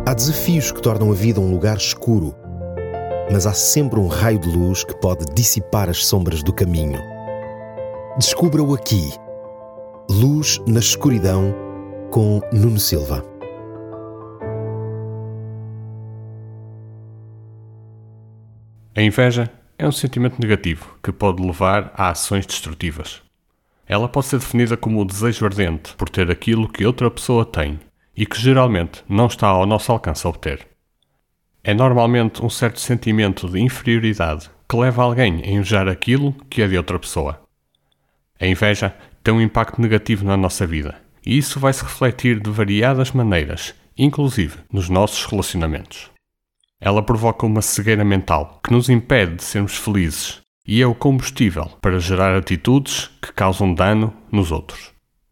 Há desafios que tornam a vida um lugar escuro, mas há sempre um raio de luz que pode dissipar as sombras do caminho. Descubra-o aqui. Luz na Escuridão, com Nuno Silva. A inveja é um sentimento negativo que pode levar a ações destrutivas. Ela pode ser definida como o desejo ardente por ter aquilo que outra pessoa tem e que geralmente não está ao nosso alcance a obter. É normalmente um certo sentimento de inferioridade que leva alguém a invejar aquilo que é de outra pessoa. A inveja tem um impacto negativo na nossa vida e isso vai se refletir de variadas maneiras, inclusive nos nossos relacionamentos. Ela provoca uma cegueira mental que nos impede de sermos felizes e é o combustível para gerar atitudes que causam dano nos outros.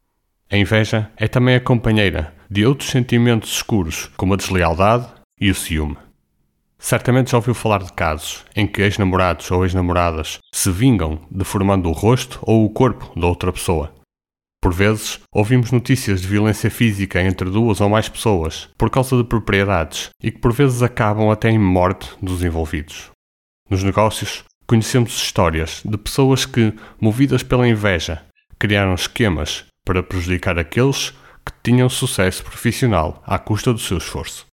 A inveja é também a companheira de outros sentimentos escuros, como a deslealdade e o ciúme. Certamente já ouviu falar de casos em que ex-namorados ou ex-namoradas se vingam deformando o rosto ou o corpo da outra pessoa. Por vezes, ouvimos notícias de violência física entre duas ou mais pessoas por causa de propriedades e que por vezes acabam até em morte dos envolvidos. Nos negócios, conhecemos histórias de pessoas que, movidas pela inveja, criaram esquemas para prejudicar aqueles que tinham sucesso profissional à custa do seu esforço.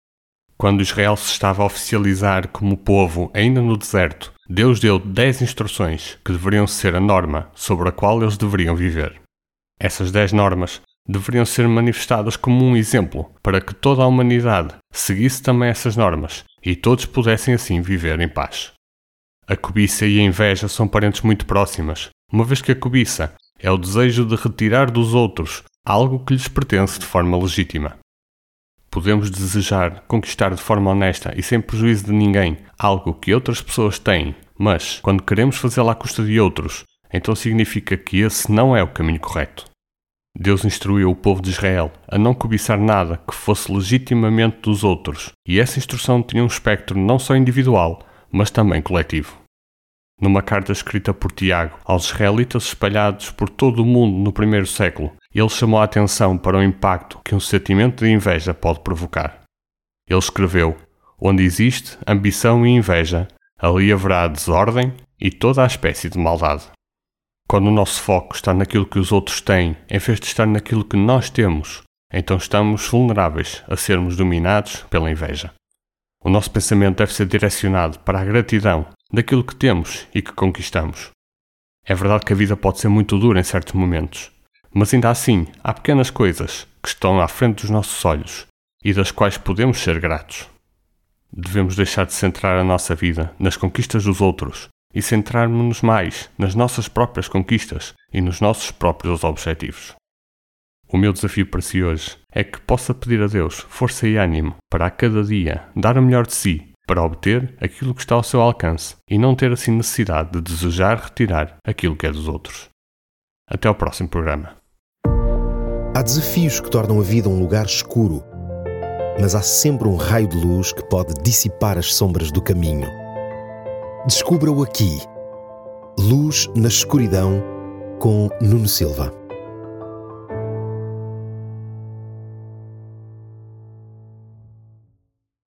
Quando Israel se estava a oficializar como povo ainda no deserto, Deus deu 10 instruções que deveriam ser a norma sobre a qual eles deveriam viver. Essas 10 normas deveriam ser manifestadas como um exemplo para que toda a humanidade seguisse também essas normas e todos pudessem assim viver em paz. A cobiça e a inveja são parentes muito próximas, uma vez que a cobiça é o desejo de retirar dos outros algo que lhes pertence de forma legítima. Podemos desejar conquistar de forma honesta e sem prejuízo de ninguém algo que outras pessoas têm, mas quando queremos fazê-lo à custa de outros, então significa que esse não é o caminho correto. Deus instruiu o povo de Israel a não cobiçar nada que fosse legitimamente dos outros, e essa instrução tinha um espectro não só individual, mas também coletivo. Numa carta escrita por Tiago aos israelitas espalhados por todo o mundo no primeiro século, ele chamou a atenção para o impacto que um sentimento de inveja pode provocar. Ele escreveu: "Onde existe ambição e inveja, ali haverá desordem e toda a espécie de maldade." Quando o nosso foco está naquilo que os outros têm, em vez de estar naquilo que nós temos, então estamos vulneráveis a sermos dominados pela inveja. O nosso pensamento deve ser direcionado para a gratidão daquilo que temos e que conquistamos. É verdade que a vida pode ser muito dura em certos momentos, mas ainda assim há pequenas coisas que estão à frente dos nossos olhos e das quais podemos ser gratos. Devemos deixar de centrar a nossa vida nas conquistas dos outros e centrarmos-nos mais nas nossas próprias conquistas e nos nossos próprios objetivos. O meu desafio para si hoje é que possa pedir a Deus força e ânimo para a cada dia dar o melhor de si para obter aquilo que está ao seu alcance e não ter assim necessidade de desejar retirar aquilo que é dos outros. Até ao próximo programa. Há desafios que tornam a vida um lugar escuro, mas há sempre um raio de luz que pode dissipar as sombras do caminho. Descubra-o aqui. Luz na Escuridão, com Nuno Silva.